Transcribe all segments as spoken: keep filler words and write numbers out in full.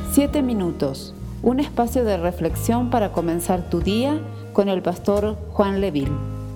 Siete minutos, un espacio de reflexión para comenzar tu día con el pastor Juan Leville.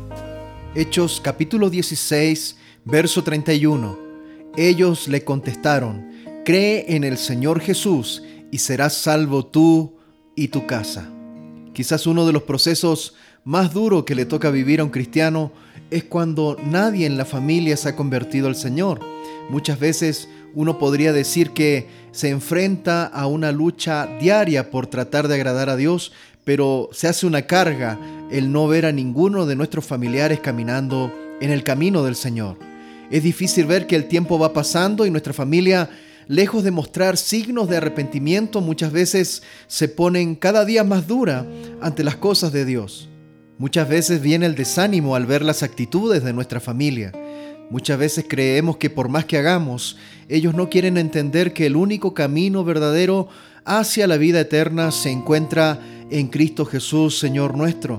Hechos capítulo dieciséis, verso treinta y uno. Ellos le contestaron: cree en el Señor Jesús y serás salvo tú y tu casa. Quizás uno de los procesos más duros que le toca vivir a un cristiano es cuando nadie en la familia se ha convertido al Señor. Muchas veces uno podría decir que se enfrenta a una lucha diaria por tratar de agradar a Dios, pero se hace una carga el no ver a ninguno de nuestros familiares caminando en el camino del Señor. Es difícil ver que el tiempo va pasando y nuestra familia, lejos de mostrar signos de arrepentimiento, muchas veces se ponen cada día más dura ante las cosas de Dios. Muchas veces viene el desánimo al ver las actitudes de nuestra familia. Muchas veces creemos que por más que hagamos, ellos no quieren entender que el único camino verdadero hacia la vida eterna se encuentra en Cristo Jesús, Señor nuestro.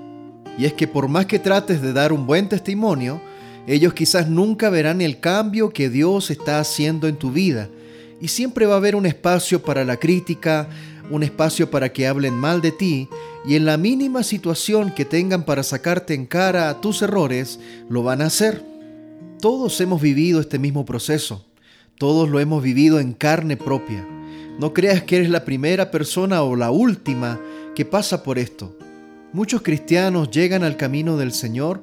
Y es que por más que trates de dar un buen testimonio, ellos quizás nunca verán el cambio que Dios está haciendo en tu vida. Y siempre va a haber un espacio para la crítica, un espacio para que hablen mal de ti, y en la mínima situación que tengan para sacarte en cara a tus errores, lo van a hacer. Todos hemos vivido este mismo proceso. Todos lo hemos vivido en carne propia. No creas que eres la primera persona o la última que pasa por esto. Muchos cristianos llegan al camino del Señor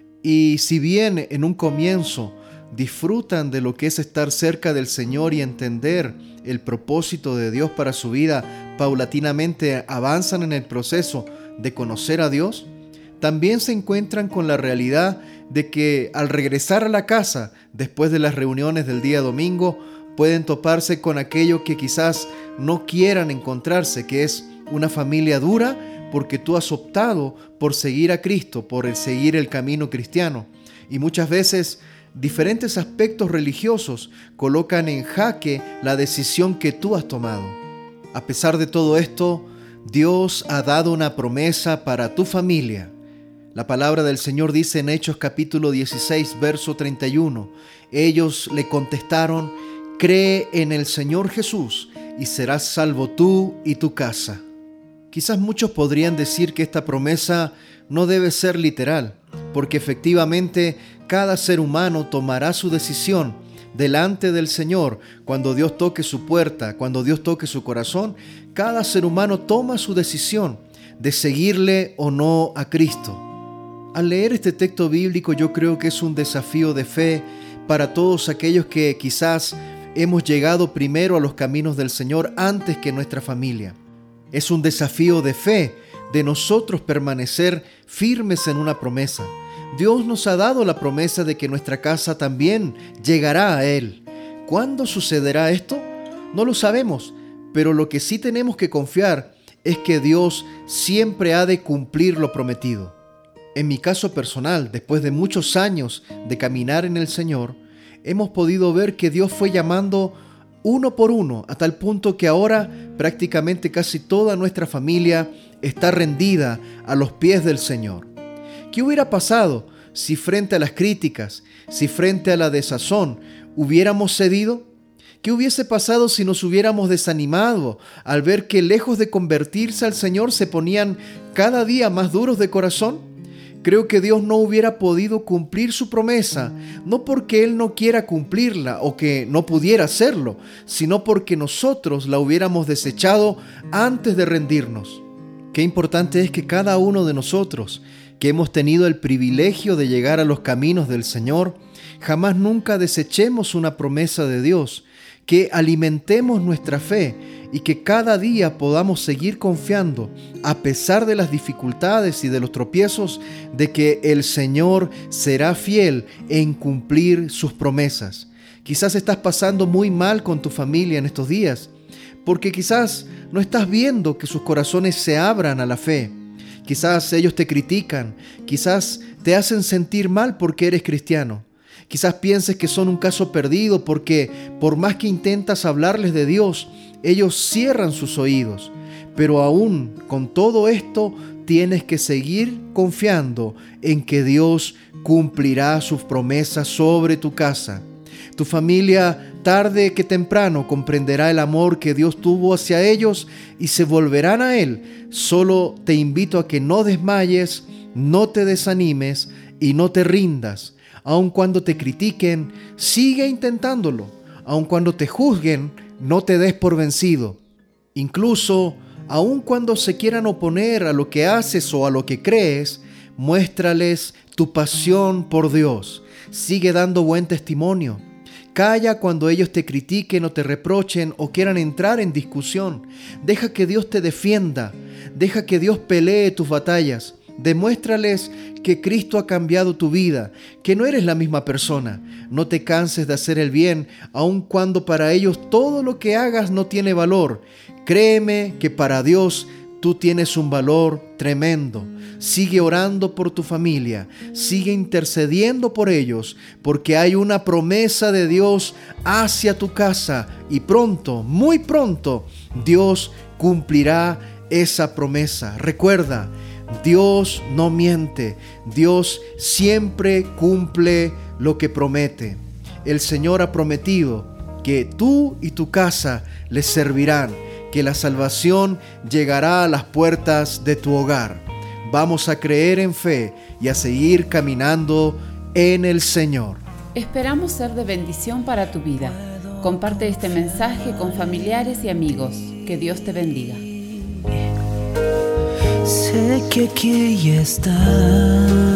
y si bien en un comienzo disfrutan de lo que es estar cerca del Señor y entender el propósito de Dios para su vida, paulatinamente avanzan en el proceso de conocer a Dios, también se encuentran con la realidad de que al regresar a la casa después de las reuniones del día domingo, pueden toparse con aquello que quizás no quieran encontrarse, que es una familia dura porque tú has optado por seguir a Cristo, por el seguir el camino cristiano. Y muchas veces diferentes aspectos religiosos colocan en jaque la decisión que tú has tomado. A pesar de todo esto, Dios ha dado una promesa para tu familia. La palabra del Señor dice en Hechos capítulo dieciséis, verso treinta y uno. Ellos le contestaron: cree en el Señor Jesús y serás salvo tú y tu casa. Quizás muchos podrían decir que esta promesa no debe ser literal, porque efectivamente cada ser humano tomará su decisión delante del Señor. Cuando Dios toque su puerta, cuando Dios toque su corazón, cada ser humano toma su decisión de seguirle o no a Cristo. Al leer este texto bíblico, yo creo que es un desafío de fe para todos aquellos que quizás hemos llegado primero a los caminos del Señor antes que nuestra familia. Es un desafío de fe de nosotros permanecer firmes en una promesa. Dios nos ha dado la promesa de que nuestra casa también llegará a Él. ¿Cuándo sucederá esto? No lo sabemos, pero lo que sí tenemos que confiar es que Dios siempre ha de cumplir lo prometido. En mi caso personal, después de muchos años de caminar en el Señor, hemos podido ver que Dios fue llamando uno por uno, a tal punto que ahora prácticamente casi toda nuestra familia está rendida a los pies del Señor. ¿Qué hubiera pasado si frente a las críticas, si frente a la desazón, hubiéramos cedido? ¿Qué hubiese pasado si nos hubiéramos desanimado al ver que lejos de convertirse al Señor se ponían cada día más duros de corazón? Creo que Dios no hubiera podido cumplir su promesa, no porque Él no quiera cumplirla o que no pudiera hacerlo, sino porque nosotros la hubiéramos desechado antes de rendirnos. Qué importante es que cada uno de nosotros, que hemos tenido el privilegio de llegar a los caminos del Señor, jamás nunca desechemos una promesa de Dios, que alimentemos nuestra fe y que cada día podamos seguir confiando, a pesar de las dificultades y de los tropiezos, de que el Señor será fiel en cumplir sus promesas. Quizás estás pasando muy mal con tu familia en estos días, porque quizás no estás viendo que sus corazones se abran a la fe. Quizás ellos te critican, quizás te hacen sentir mal porque eres cristiano. Quizás pienses que son un caso perdido porque por más que intentas hablarles de Dios, ellos cierran sus oídos. Pero aún con todo esto, tienes que seguir confiando en que Dios cumplirá sus promesas sobre tu casa. Tu familia tarde que temprano comprenderá el amor que Dios tuvo hacia ellos y se volverán a Él. Solo te invito a que no desmayes, no te desanimes y no te rindas. Aun cuando te critiquen, sigue intentándolo. Aun cuando te juzguen, no te des por vencido. Incluso, aun cuando se quieran oponer a lo que haces o a lo que crees, muéstrales tu pasión por Dios. Sigue dando buen testimonio. Calla cuando ellos te critiquen o te reprochen o quieran entrar en discusión. Deja que Dios te defienda. Deja que Dios pelee tus batallas. Demuéstrales que Cristo ha cambiado tu vida, que no eres la misma persona. No te canses de hacer el bien, aun cuando para ellos todo lo que hagas no tiene valor. Créeme que para Dios tú tienes un valor tremendo. Sigue orando por tu familia, sigue intercediendo por ellos, porque hay una promesa de Dios hacia tu casa y pronto, muy pronto, Dios cumplirá esa promesa. Recuerda, Dios no miente, Dios siempre cumple lo que promete. El Señor ha prometido que tú y tu casa les servirán, que la salvación llegará a las puertas de tu hogar. Vamos a creer en fe y a seguir caminando en el Señor. Esperamos ser de bendición para tu vida. Comparte este mensaje con familiares y amigos. Que Dios te bendiga. Sé que aquí estás.